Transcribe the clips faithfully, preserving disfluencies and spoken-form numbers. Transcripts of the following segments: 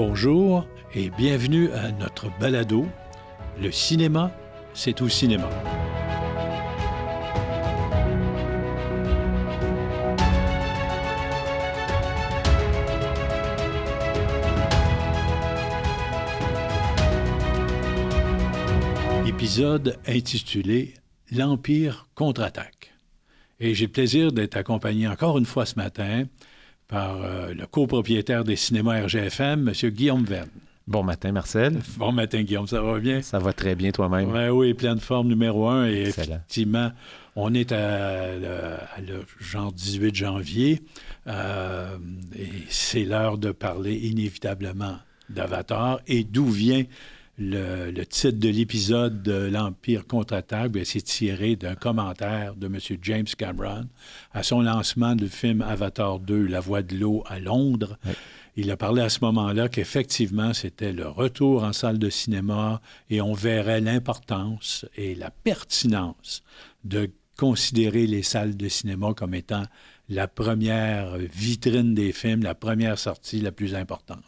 Bonjour et bienvenue à notre balado. Le cinéma, c'est au cinéma. Épisode intitulé « L'Empire contre-attaque ». Et j'ai le plaisir d'être accompagné encore une fois ce matin par euh, le copropriétaire des cinémas R G F M, M. Guillaume Verne. Bon matin, Marcel. Bon matin, Guillaume, ça va bien? Ça va très bien toi-même. Ouais, oui, pleine forme numéro un. Et excellent. Effectivement, on est à, le, à le genre dix-huit janvier euh, et c'est l'heure de parler inévitablement d'Avatar. Et d'où vient le, le titre de l'épisode de l'Empire contre-attaque? Bien, c'est tiré d'un commentaire de M. James Cameron à son lancement du film Avatar deux, La Voix de l'eau à Londres. Oui. Il a parlé à ce moment-là qu'effectivement, c'était le retour en salle de cinéma et on verrait l'importance et la pertinence de considérer les salles de cinéma comme étant la première vitrine des films, la première sortie la plus importante.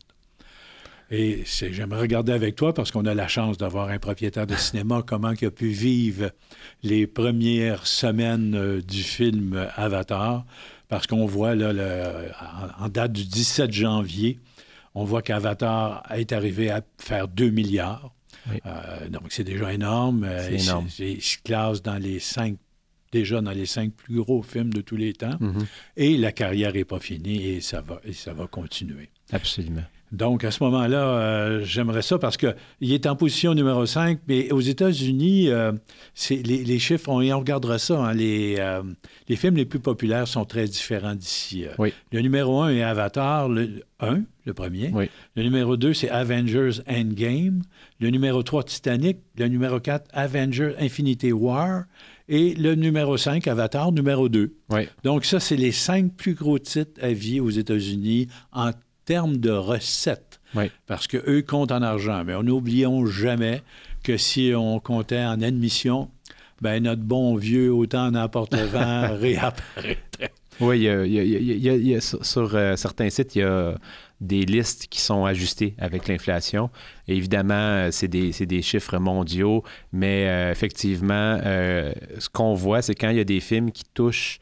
Et c'est, j'aimerais regarder avec toi, parce qu'on a la chance d'avoir un propriétaire de cinéma, comment il a pu vivre les premières semaines euh, du film Avatar, parce qu'on voit, là, le, en, en date du dix-sept janvier, on voit qu'Avatar est arrivé à faire deux milliards. Oui. Euh, donc, c'est déjà énorme. C'est énorme. Il se classe dans les cinq, déjà dans les cinq plus gros films de tous les temps. Mm-hmm. Et la carrière n'est pas finie et ça va, et ça va continuer. Absolument. Donc, à ce moment-là, euh, j'aimerais ça parce qu'il est en position numéro cinq, mais aux États-Unis, euh, c'est, les, les chiffres, on, on regardera ça, hein, les, euh, les films les plus populaires sont très différents d'ici. Oui. Le numéro un est Avatar, le un, le premier. Oui. Le numéro deux, c'est Avengers Endgame. Le numéro trois, Titanic. Le numéro quatre, Avengers Infinity War. Et le numéro cinq, Avatar, numéro deux. Oui. Donc, ça, c'est les cinq plus gros titres à vie aux États-Unis en termes de recettes, oui. Parce qu'eux comptent en argent. Mais n'oublions jamais que si on comptait en admission, ben notre bon vieux « autant n'emporte le vent » réapparaîtrait. Oui, il y a, il y a, il y a, il y a sur, sur euh, certains sites, il y a des listes qui sont ajustées avec l'inflation. Et évidemment, c'est des, c'est des chiffres mondiaux, mais euh, effectivement, euh, ce qu'on voit, c'est quand il y a des films qui touchent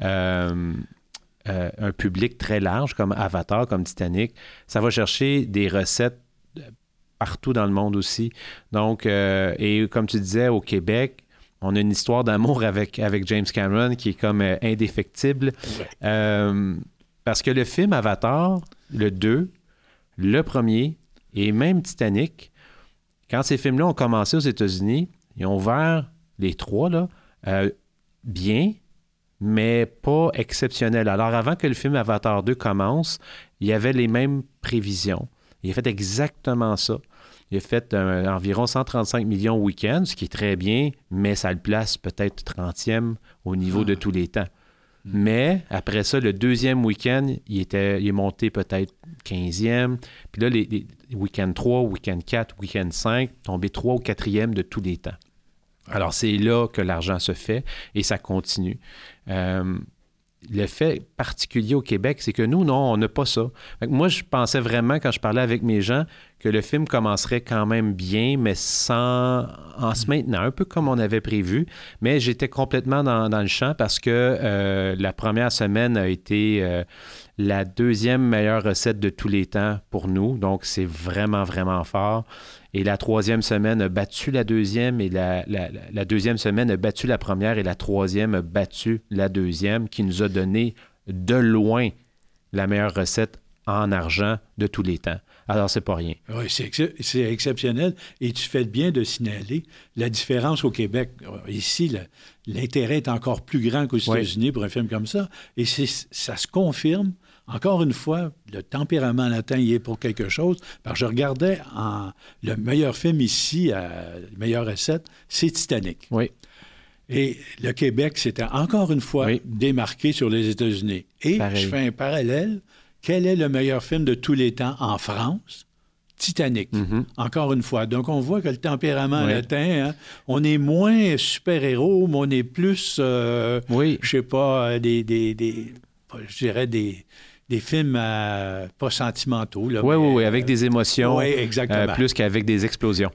Euh, Euh, un public très large, comme Avatar, comme Titanic, ça va chercher des recettes partout dans le monde aussi. Donc, euh, et comme tu disais, au Québec, on a une histoire d'amour avec, avec James Cameron qui est comme euh, indéfectible. Ouais. Euh, parce que le film Avatar, le deux, le premier, et même Titanic, quand ces films-là ont commencé aux États-Unis, ils ont ouvert les trois, là, euh, bien, mais pas exceptionnel. Alors, avant que le film Avatar deux commence, il y avait les mêmes prévisions. Il a fait exactement ça. Il a fait euh, environ cent trente-cinq millions au week-end, ce qui est très bien, mais ça le place peut-être trentième au niveau ah. de tous les temps. Mm. Mais après ça, le deuxième week-end, il, était, il est monté peut-être quinzième. Puis là, les, les week-end trois, week-end quatre, week-end cinq, tombé trois ou quatrième de tous les temps. Alors, c'est là que l'argent se fait et ça continue. Euh, le fait particulier au Québec, c'est que nous, non, on n'a pas ça. Fait que moi, je pensais vraiment, quand je parlais avec mes gens, que le film commencerait quand même bien, mais sans en se maintenant, un peu comme on avait prévu. Mais j'étais complètement dans, dans le champ parce que euh, la première semaine a été euh, la deuxième meilleure recette de tous les temps pour nous. Donc, c'est vraiment, vraiment fort. Et la troisième semaine a battu la deuxième et la, la, la deuxième semaine a battu la première et la troisième a battu la deuxième, qui nous a donné de loin la meilleure recette en argent de tous les temps. Alors, c'est pas rien. Oui, c'est, ex- c'est exceptionnel. Et tu fais bien de signaler la différence au Québec. Ici, le, l'intérêt est encore plus grand qu'aux États-Unis oui. pour un film comme ça. Et c'est, ça se confirme. Encore une fois, le tempérament latin y est pour quelque chose. Parce que je regardais en, le meilleur film ici, euh, la meilleure recette, c'est Titanic. Oui. Et le Québec s'était encore une fois oui. démarqué sur les États-Unis. Et Pareil. Je fais un parallèle. Quel est le meilleur film de tous les temps en France? Titanic, mm-hmm. encore une fois. Donc, on voit que le tempérament oui. latin, hein, on est moins super-héros, mais on est plus, euh, oui. je sais pas, des, des, des je dirais des, des films euh, pas sentimentaux. Oui, oui, oui, avec des émotions. Oui, exactement. Euh, plus qu'avec des explosions.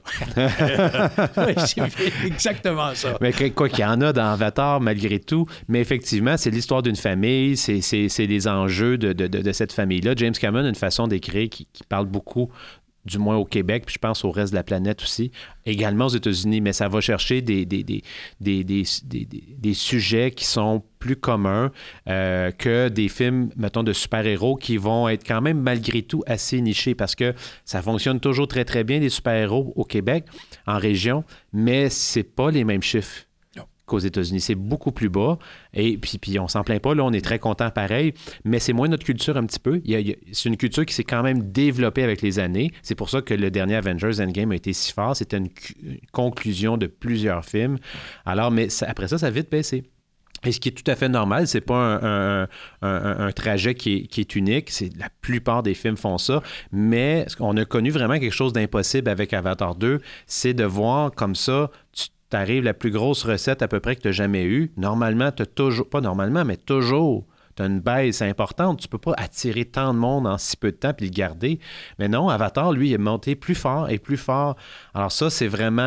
Oui, c'est exactement ça. Mais quoi qu'il y en a dans Avatar, malgré tout. Mais effectivement, c'est l'histoire d'une famille, c'est, c'est, c'est les enjeux de, de, de, de cette famille-là. James Cameron a une façon d'écrire qui, qui parle beaucoup, du moins au Québec, puis je pense au reste de la planète aussi, également aux États-Unis, mais ça va chercher des, des, des, des, des, des, des, des sujets qui sont plus communs euh, que des films, mettons, de super-héros qui vont être quand même, malgré tout, assez nichés, parce que ça fonctionne toujours très, très bien, les super-héros au Québec, en région, mais c'est pas les mêmes chiffres qu'aux États-Unis. C'est beaucoup plus bas. Et puis, puis on s'en plaint pas. Là, on est très content pareil. Mais c'est moins notre culture un petit peu. Il y a, il y a, c'est une culture qui s'est quand même développée avec les années. C'est pour ça que le dernier Avengers Endgame a été si fort. C'était une, une conclusion de plusieurs films. Alors, mais ça, après ça, ça a vite baissé. Et ce qui est tout à fait normal, c'est pas un, un, un, un trajet qui est, qui est unique. C'est, la plupart des films font ça. Mais on a connu vraiment quelque chose d'impossible avec Avatar deux. C'est de voir comme ça, tu t'arrives la plus grosse recette à peu près que tu as jamais eue. Normalement, tu as toujours, pas normalement, mais toujours, tu as une baisse importante. Tu peux pas attirer tant de monde en si peu de temps puis le garder. Mais non, Avatar, lui, il est monté plus fort et plus fort. Alors ça, c'est vraiment...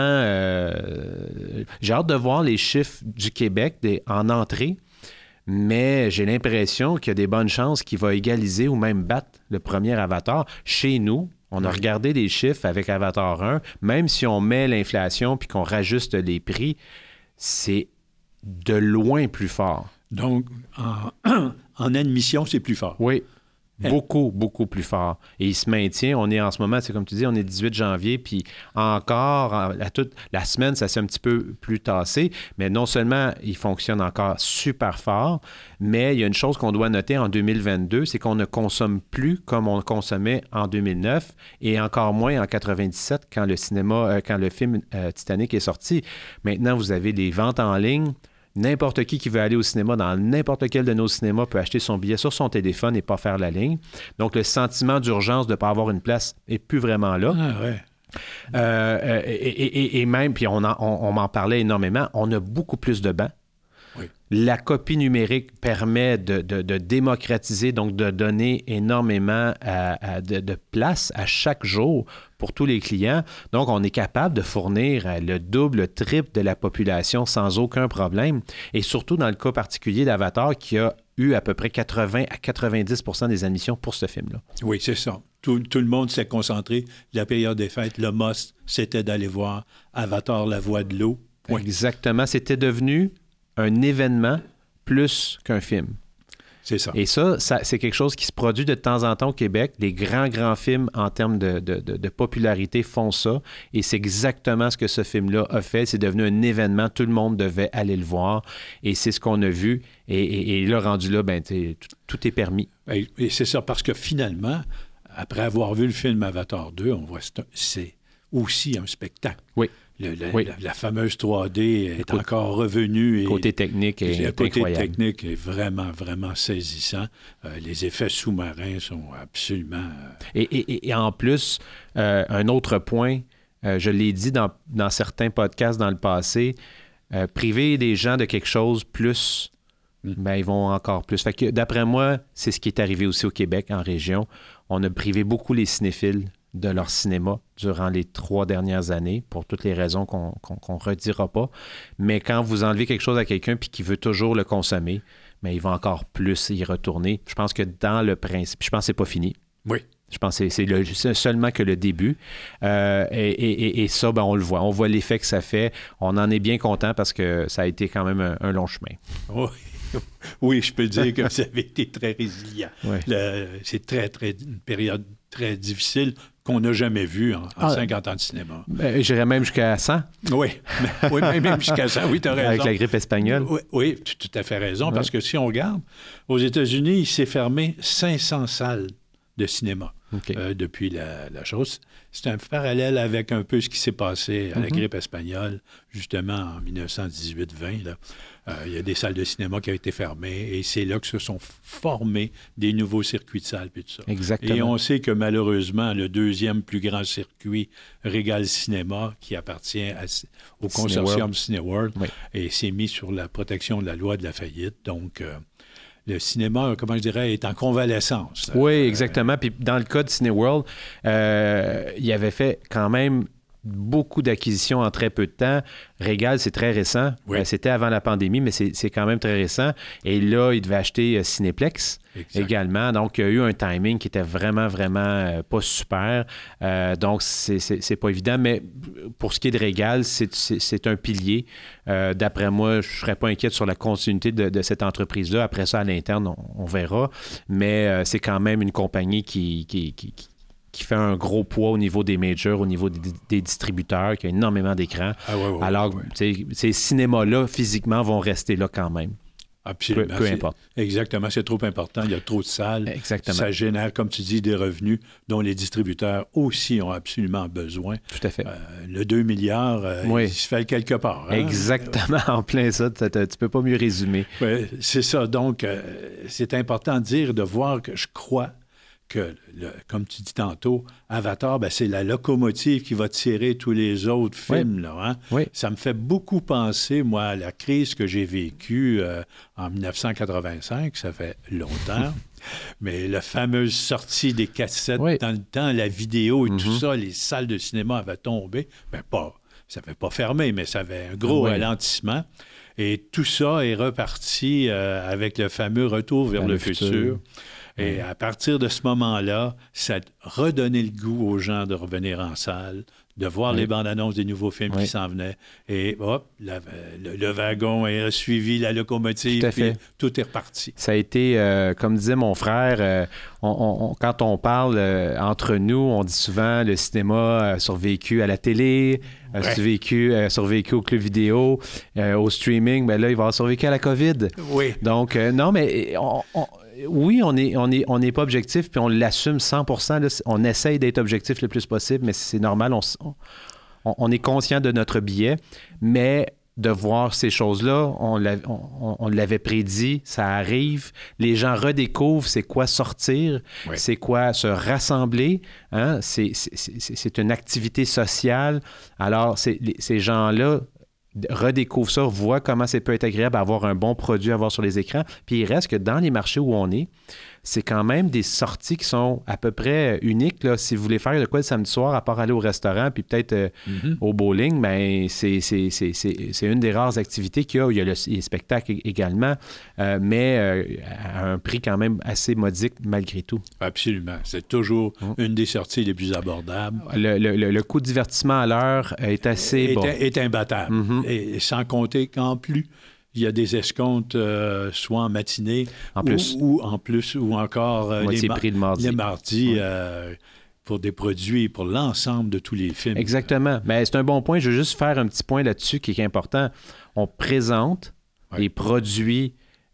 Euh... J'ai hâte de voir les chiffres du Québec des... en entrée, mais j'ai l'impression qu'il y a des bonnes chances qu'il va égaliser ou même battre le premier Avatar. Chez nous, on a regardé les chiffres avec Avatar un, même si on met l'inflation puis qu'on rajuste les prix, c'est de loin plus fort. Donc, en, en admission, c'est plus fort. Oui, beaucoup, beaucoup plus fort. Et il se maintient. On est en ce moment, c'est comme tu dis, on est dix-huit janvier, puis encore, la, toute, la semaine, ça s'est un petit peu plus tassé, mais non seulement il fonctionne encore super fort, mais il y a une chose qu'on doit noter en deux mille vingt-deux, c'est qu'on ne consomme plus comme on consommait en deux mille neuf et encore moins en quatre-vingt-dix-sept quand le cinéma, euh, quand le film euh, Titanic est sorti. Maintenant, vous avez des ventes en ligne. N'importe qui qui veut aller au cinéma, dans n'importe quel de nos cinémas, peut acheter son billet sur son téléphone et pas faire la ligne. Donc, le sentiment d'urgence de ne pas avoir une place n'est plus vraiment là. Ah ouais. Euh, et, et, et même, puis on, en, on, on m'en parlait énormément, on a beaucoup plus de bancs. Oui. La copie numérique permet de, de, de démocratiser, donc de donner énormément à, à de, de place à chaque jour pour tous les clients. Donc, on est capable de fournir le double, le triple de la population sans aucun problème. Et surtout dans le cas particulier d'Avatar qui a eu à peu près quatre-vingts à quatre-vingt-dix pour cent des admissions pour ce film-là. Oui, c'est ça. Tout, tout le monde s'est concentré. La période des fêtes, le must, c'était d'aller voir Avatar, la voix de l'eau. Point. Exactement. C'était devenu un événement plus qu'un film. C'est ça. Et ça, ça, c'est quelque chose qui se produit de temps en temps au Québec. Les grands, grands films en termes de, de, de, de popularité font ça. Et c'est exactement ce que ce film-là a fait. C'est devenu un événement. Tout le monde devait aller le voir. Et c'est ce qu'on a vu. Et, et, et là, rendu là, ben, tout, tout est permis. Et, et c'est ça, parce que finalement, après avoir vu le film Avatar deux, on voit que c'est aussi un spectacle. Oui. Le, la, oui. la, la fameuse trois D est côté, encore revenue. Le côté technique est Le côté incroyable. technique est vraiment, vraiment saisissant. Euh, les effets sous-marins sont absolument... Euh... Et, et, et en plus, euh, un autre point, euh, je l'ai dit dans, dans certains podcasts dans le passé, euh, priver des gens de quelque chose plus... Mm. Ben, ils vont encore plus. Fait que, d'après moi, c'est ce qui est arrivé aussi au Québec, en région. On a privé beaucoup les cinéphiles de leur cinéma durant les trois dernières années, pour toutes les raisons qu'on qu'on, qu'on redira pas. Mais quand vous enlevez quelque chose à quelqu'un puis qui veut toujours le consommer, mais il va encore plus y retourner. Je pense que dans le principe, je pense que c'est pas fini. Oui. Je pense que c'est, le, c'est seulement que le début. Euh, et, et, et ça, ben, on le voit. On voit l'effet que ça fait. On en est bien content parce que ça a été quand même un, un long chemin. Oui. Oui, je peux dire que vous avez été très résilient. Oui. Le, c'est très, très, une période très difficile qu'on n'a jamais vue en, en ah, cinquante ans de cinéma. Ben, j'irais même jusqu'à cent. Oui, mais, oui même jusqu'à cent, oui, tu as raison. Avec la grippe espagnole. Oui, oui tu as tout à fait raison, oui. Parce que si on regarde, aux États-Unis, il s'est fermé cinq cents salles de cinéma okay. euh, depuis la, la chose. C'est un parallèle avec un peu ce qui s'est passé à la mm-hmm. grippe espagnole, justement en dix-neuf cent dix-huit vingt. Là. Euh, il y a des salles de cinéma qui ont été fermées et c'est là que se sont formés des nouveaux circuits de salles et tout ça. Exactement. Et on sait que malheureusement, le deuxième plus grand circuit, Regal Cinéma, qui appartient à, au consortium Cinéworld, oui. et s'est mis sur la protection de la loi de la faillite. Donc, euh, le cinéma, comment je dirais, est en convalescence. Oui, exactement. Puis dans le cas de Cineworld, euh, il avait fait quand même beaucoup d'acquisitions en très peu de temps. Régal, c'est très récent. Oui. Euh, c'était avant la pandémie, mais c'est, c'est quand même très récent. Et là, il devait acheter euh, Cinéplex exact. Également. Donc, il y a eu un timing qui était vraiment, vraiment euh, pas super. Euh, donc, c'est, c'est, c'est pas évident. Mais pour ce qui est de Régal, c'est, c'est, c'est un pilier. Euh, d'après moi, je ne serais pas inquiète sur la continuité de, de cette entreprise-là. Après ça, à l'interne, on, on verra. Mais euh, c'est quand même une compagnie qui... qui, qui, qui qui fait un gros poids au niveau des majors, au niveau des, des distributeurs, qui a énormément d'écrans. Ah ouais, ouais, Alors, ouais. ces cinémas-là, physiquement, vont rester là quand même. Absolument. Peu, peu importe. Exactement. C'est trop important. Il y a trop de salles. Exactement. Ça génère, comme tu dis, des revenus dont les distributeurs aussi ont absolument besoin. Tout à fait. Euh, le deux milliards, euh, oui. il se fait quelque part. Hein? Exactement. En plein ça. Tu ne peux pas mieux résumer. Oui, c'est ça. Donc, euh, c'est important de dire, de voir que je crois que, le, comme tu dis tantôt, Avatar, ben, c'est la locomotive qui va tirer tous les autres films. Oui. Là, hein? Oui. Ça me fait beaucoup penser, moi, à la crise que j'ai vécue euh, en dix-neuf cent quatre-vingt-cinq, ça fait longtemps, mais la fameuse sortie des cassettes oui. dans le temps, la vidéo et mm-hmm. tout ça, les salles de cinéma avaient tombé. Ben, pas, ça n'avait pas fermé, mais ça avait un gros oui. ralentissement. Et tout ça est reparti euh, avec le fameux retour vers le, le futur. futur. Et à partir de ce moment-là, ça a redonné le goût aux gens de revenir en salle, de voir oui. les bandes annonces des nouveaux films oui. qui s'en venaient. Et hop, la, le, le wagon a suivi la locomotive, tout puis tout est reparti. Ça a été, euh, comme disait mon frère, euh, on, on, quand on parle euh, entre nous, on dit souvent le cinéma a survécu à la télé, a ouais. survécu, a survécu au club vidéo, euh, au streaming. Bien là, il va avoir survécu à la COVID. Oui. Donc, euh, non, mais on... on oui, on n'est on est, on est pas objectif, puis on l'assume cent pour cent. Là, on essaye d'être objectif le plus possible, mais c'est normal. On, on, on est conscient de notre biais, mais de voir ces choses-là, on, l'a, on, on l'avait prédit, ça arrive. Les gens redécouvrent c'est quoi sortir, oui. c'est quoi se rassembler. Hein? C'est, c'est, c'est, c'est une activité sociale. Alors, c'est, les, ces gens-là redécouvre ça, voit comment ça peut être agréable d'avoir un bon produit à voir sur les écrans. Puis il reste que dans les marchés où on est, c'est quand même des sorties qui sont à peu près uniques. Là. Si vous voulez faire de quoi le samedi soir, à part aller au restaurant puis peut-être euh, mm-hmm. au bowling, bien, c'est, c'est, c'est, c'est, c'est une des rares activités qu'il y a. Il y a le, les spectacles également, euh, mais euh, à un prix quand même assez modique malgré tout. Absolument. C'est toujours mm. une des sorties les plus abordables. Le, le, le, le coût de divertissement à l'heure est assez est, bon. Est imbattable. Mm-hmm. Et sans compter qu'en plus, il y a des escomptes, euh, soit en matinée en plus. Ou, ou en plus, ou encore euh, les, prix de mardi. les mardis oui. euh, pour des produits, pour l'ensemble de tous les films. Exactement. Mais c'est un bon point. Je veux juste faire un petit point là-dessus qui est important. On présente oui. les produits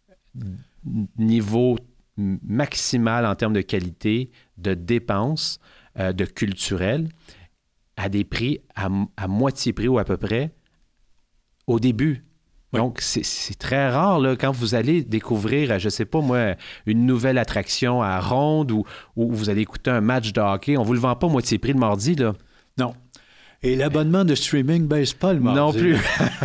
niveau maximal en termes de qualité, de dépenses, euh, de culturel, à des prix à, à moitié prix ou à peu près au début. Oui. Donc, c'est, c'est très rare, là, quand vous allez découvrir, je ne sais pas moi, une nouvelle attraction à Ronde ou, ou vous allez écouter un match de hockey, on ne vous le vend pas moitié prix le mardi, là. Non. Et l'abonnement de streaming ne baisse pas le mardi. Non plus.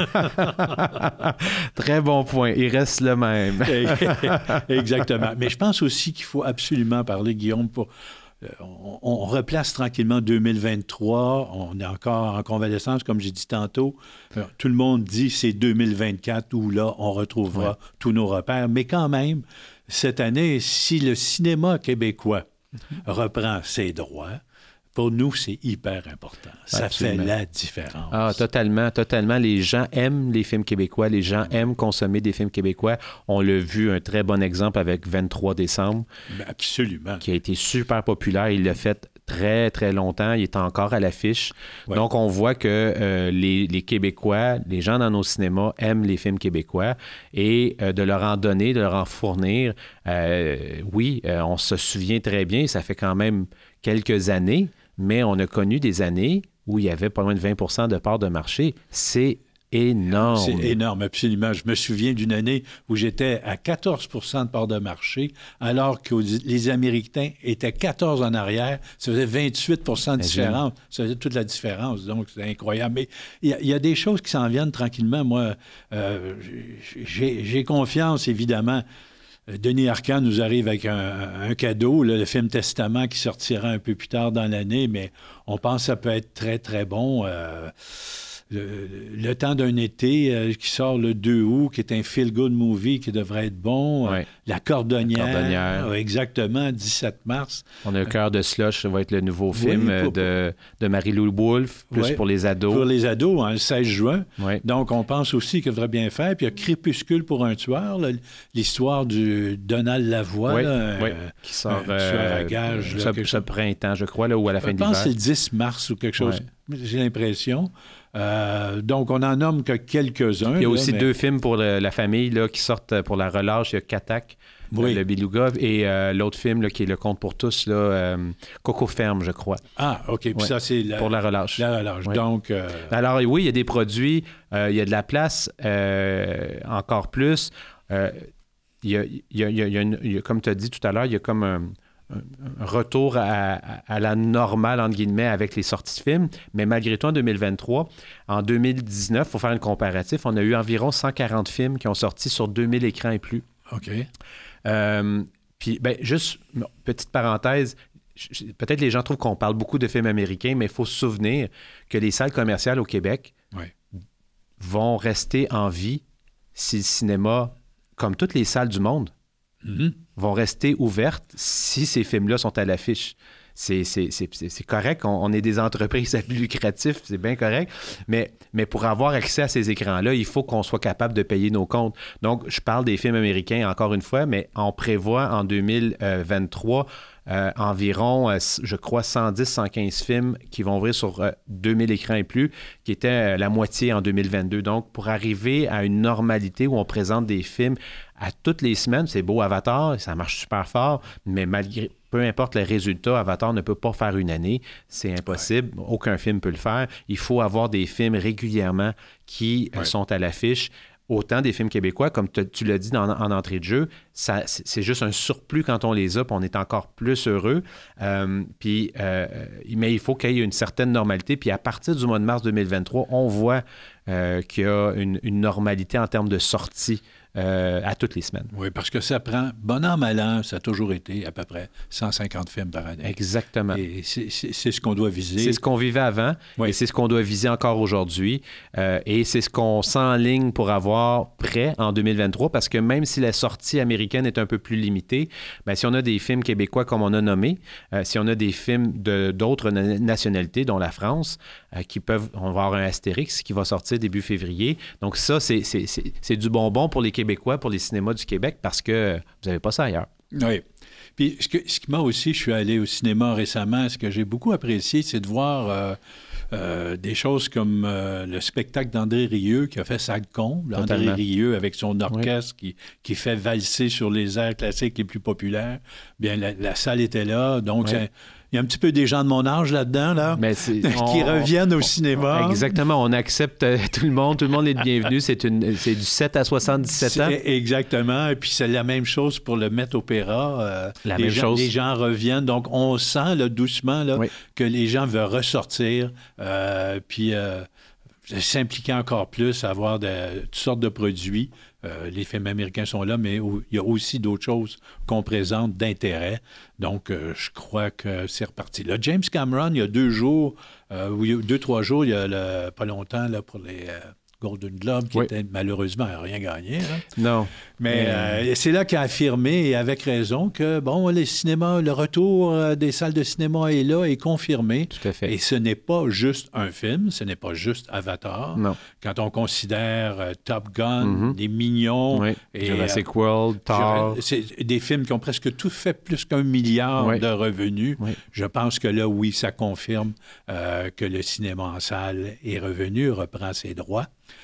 Très bon point. Il reste le même. Exactement. Mais je pense aussi qu'il faut absolument parler, Guillaume, pour... On, on replace tranquillement deux mille vingt-trois. On est encore en convalescence, comme j'ai dit tantôt. Alors, tout le monde dit que c'est deux mille vingt-quatre où là, on retrouvera ouais. tous nos repères. Mais quand même, cette année, si le cinéma québécois mm-hmm. reprend ses droits, pour nous, c'est hyper important. Ça Absolument. Fait la différence. Ah, totalement, totalement. Les gens aiment les films québécois. Les gens aiment consommer des films québécois. On l'a vu, un très bon exemple avec vingt-trois décembre. Absolument. Qui a été super populaire. Il l'a fait très, très longtemps. Il est encore à l'affiche. Ouais. Donc, on voit que euh, les, les Québécois, les gens dans nos cinémas aiment les films québécois et euh, de leur en donner, de leur en fournir. Euh, oui, euh, on se souvient très bien. Ça fait quand même quelques années, mais on a connu des années où il y avait pas loin de vingt pour cent de part de marché. C'est énorme. C'est énorme, absolument. Je me souviens d'une année où j'étais à quatorze pour cent de part de marché, alors que les Américains étaient quatorze en arrière. Ça faisait vingt-huit pour cent de différence. Ça faisait toute la différence. Donc, c'est incroyable. Mais il y, y a des choses qui s'en viennent tranquillement. Moi, euh, j'ai, j'ai confiance, évidemment. Denis Arcand nous arrive avec un, un cadeau, là, le film Testament qui sortira un peu plus tard dans l'année, mais on pense que ça peut être très, très bon. Euh, Le, le temps d'un été euh, qui sort le deux août, qui est un feel-good movie qui devrait être bon. Ouais. Euh, La Cordonnière. La Cordonnière. Euh, exactement, dix-sept mars. On a Le cœur de Slush, ça va être le nouveau film Oui, pour, de, de Marie-Lou Wolfe, plus ouais, pour les ados. Pour les ados, hein, le seize juin. Ouais. Donc, on pense aussi qu'il devrait bien faire. Puis il y a Crépuscule pour un tueur, là, l'histoire du Donald Lavoie, oui, là, oui. Euh, qui sort un tueur à gage. euh, Là, ce, ce printemps, je crois, là, ou à la fin de l'hiver. Je pense que c'est le dix mars ou quelque chose, ouais. J'ai l'impression. Euh, donc, on n'en nomme que quelques-uns. Il y a là, aussi mais... deux films pour le, la famille là, qui sortent pour la relâche. Il y a Katak, oui. le Beluga, et euh, l'autre film là, qui est Le Conte pour tous, là, euh, Coco Ferme, je crois. Ah, OK. Puis ouais. ça, c'est la... pour la relâche. La relâche. Ouais. Donc... Euh... Alors, oui, il y a des produits, euh, il y a de la place, euh, encore plus. Euh, il y a, il y a, il y a une, il y a, comme tu as dit tout à l'heure, il y a comme un... un retour à, à la normale, entre guillemets, avec les sorties de films. Mais malgré tout, en deux mille vingt-trois, en deux mille dix-neuf, il faut faire un comparatif, on a eu environ cent quarante films qui ont sorti sur deux mille écrans et plus. OK. Euh, puis, ben, juste, petite parenthèse, peut-être les gens trouvent qu'on parle beaucoup de films américains, mais il faut se souvenir que les salles commerciales au Québec oui. vont rester en vie si le cinéma, comme toutes les salles du monde, Mm-hmm. vont rester ouvertes si ces films-là sont à l'affiche. C'est, c'est, c'est, c'est correct, on, on est des entreprises à but lucratif, c'est bien correct, mais, mais pour avoir accès à ces écrans-là, il faut qu'on soit capable de payer nos comptes. Donc, je parle des films américains encore une fois, mais on prévoit en deux mille vingt-trois euh, environ, euh, je crois, cent dix à cent quinze films qui vont ouvrir sur euh, deux mille écrans et plus, qui étaient euh, la moitié en deux mille vingt-deux. Donc, pour arriver à une normalité où on présente des films à toutes les semaines, c'est beau Avatar, ça marche super fort, mais malgré, peu importe les résultats, Avatar ne peut pas faire une année, c'est impossible, ouais. Aucun film peut le faire. Il faut avoir des films régulièrement qui ouais. sont à l'affiche. Autant des films québécois, comme te, tu l'as dit dans, en entrée de jeu, ça, c'est, c'est juste un surplus quand on les a, puis on est encore plus heureux. Euh, puis, euh, mais il faut qu'il y ait une certaine normalité. Puis à partir du mois de mars deux mille vingt-trois, on voit euh, qu'il y a une, une normalité en termes de sortie euh, à toutes les semaines. Oui, parce que ça prend, bon an, mal an, ça a toujours été à peu près cent cinquante films par année. Exactement. Et c'est, c'est, c'est ce qu'on doit viser. C'est ce qu'on vivait avant, oui. Et c'est ce qu'on doit viser encore aujourd'hui. Euh, et c'est ce qu'on s'enligne pour avoir prêt en deux mille vingt-trois, parce que même si la sortie américaine est un peu plus limitée, bien, si on a des films québécois comme on a nommé, euh, si on a des films de, d'autres na- nationalités, dont la France, euh, qui peuvent, on va avoir un Astérix qui va sortir début février. Donc ça, c'est, c'est, c'est, c'est du bonbon pour les Québécois, pour les cinémas du Québec, parce que vous n'avez pas ça ailleurs. Oui. Puis ce, que, ce qui m'a aussi, je suis allé au cinéma récemment, ce que j'ai beaucoup apprécié, c'est de voir euh, euh, des choses comme euh, le spectacle d'André Rieu qui a fait Sac-Comble. André Rieu avec son orchestre oui. qui, qui fait valser sur les airs classiques les plus populaires. Bien, la, la salle était là, donc oui. c'est... Il y a un petit peu des gens de mon âge là-dedans, là, mais c'est, qui on, reviennent au on, cinéma. Exactement, on accepte euh, tout le monde, tout le monde est le bienvenu. C'est, une, c'est du sept à soixante-dix-sept ans. C'est exactement, et puis c'est la même chose pour le Met Opéra. Euh, la les même gens, chose. Les gens reviennent, donc on sent là, doucement là, oui. que les gens veulent ressortir, euh, puis euh, s'impliquer encore plus, avoir de, toutes sortes de produits. Euh, les films américains sont là, mais il y a aussi d'autres choses qu'on présente d'intérêt. Donc, euh, je crois que c'est reparti. Là, James Cameron, il y a deux jours, euh, ou deux, trois jours, il y a le, pas longtemps, là, pour les euh, Golden Globes, qui oui. était malheureusement rien gagné. Là. Non. Mais euh, c'est là qu'il a affirmé, et avec raison, que, bon, les cinémas, le retour euh, des salles de cinéma est là, est confirmé. Tout à fait. Et ce n'est pas juste un film, ce n'est pas juste Avatar. Non. Quand on considère euh, Top Gun, mm-hmm. Les Mignons... Oui. Et, Jurassic euh, World, Thor... C'est des films qui ont presque tous fait plus qu'un milliard oui. de revenus. Oui. Je pense que là, oui, ça confirme euh, que le cinéma en salle est revenu, reprend ses droits.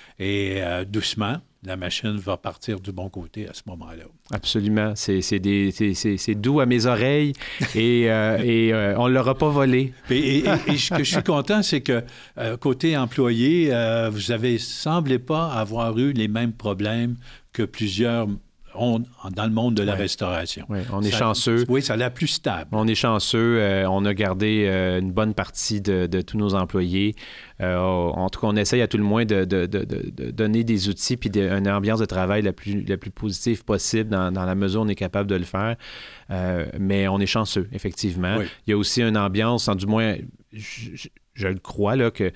Et euh, doucement, la machine va partir du bon côté à ce moment-là. Absolument. C'est, c'est, des, c'est, c'est, c'est doux à mes oreilles et, euh, et euh, on ne l'aura pas volé. Et, et, et, et ce que je suis content, c'est que euh, côté employé, euh, vous avez semblez pas avoir eu les mêmes problèmes que plusieurs on, dans le monde de la ouais. restauration. Ouais, on est ça, chanceux. Oui, ça a l'air plus stable. On est chanceux. Euh, on a gardé euh, une bonne partie de, de tous nos employés. Euh, en tout cas, on essaye à tout le moins de, de, de, de donner des outils puis de, une ambiance de travail la plus, la plus positive possible dans, dans la mesure où on est capable de le faire. Euh, mais on est chanceux, effectivement. Oui. Il y a aussi une ambiance, en du moins, je, je, je le crois, là, que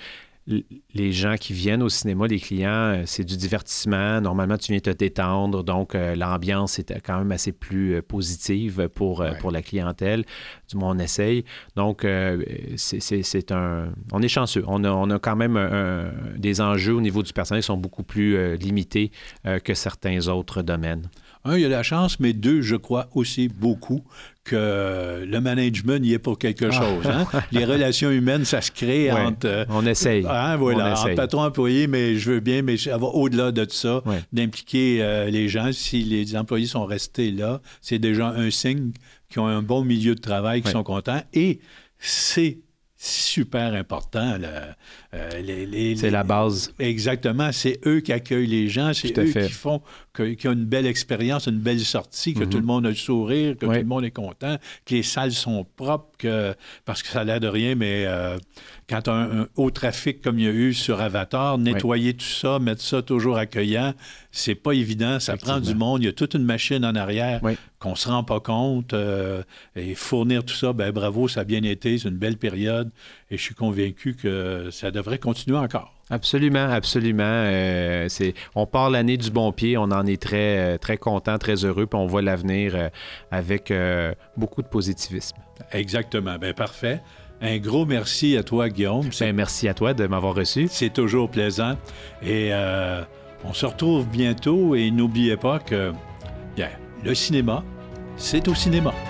les gens qui viennent au cinéma, les clients, c'est du divertissement. Normalement, tu viens te détendre. Donc, euh, l'ambiance est quand même assez plus euh, positive pour, euh, ouais. pour la clientèle. Du moins, on essaye. Donc, euh, c'est, c'est, c'est un... On est chanceux. On a, on a quand même un, un, des enjeux au niveau du personnel qui sont beaucoup plus euh, limités euh, que certains autres domaines. Un, il y a la chance, mais deux, je crois aussi beaucoup que le management y est pour quelque chose. Hein? Les relations humaines, ça se crée ouais, entre... Euh, on essaye. Hein, voilà, on essaye. Entre patron-employé, mais je veux bien, mais ça va au-delà de ça, ouais. d'impliquer euh, les gens. Si les employés sont restés là, c'est déjà un signe qu'ils ont un bon milieu de travail, qu'ils ouais. sont contents. Et c'est super important. Là. Euh, les, les, c'est les, la base. Exactement. C'est eux qui accueillent les gens. C'est eux fait. qui font que, qui ont une belle expérience, une belle sortie, que mm-hmm. tout le monde a le sourire, que oui. tout le monde est content, que les salles sont propres, que, parce que ça a l'air de rien, mais euh, quand tu as un, un haut trafic comme il y a eu sur Avatar, nettoyer oui. tout ça, mettre ça toujours accueillant, c'est pas évident. Ça prend du monde. Il y a toute une machine en arrière oui. qu'on se rend pas compte. Euh, et fournir tout ça, ben bravo, ça a bien été. C'est une belle période. Et je suis convaincu que ça devrait continuer encore. Absolument, absolument. Euh, c'est, on part l'année du bon pied. On en est très, très content, très heureux. Puis on voit l'avenir euh, avec euh, beaucoup de positivisme. Exactement. Bien, parfait. Un gros merci à toi, Guillaume. Bien, merci à toi de m'avoir reçu. C'est toujours plaisant. Et euh, on se retrouve bientôt. Et n'oubliez pas que bien, le cinéma, c'est au cinéma.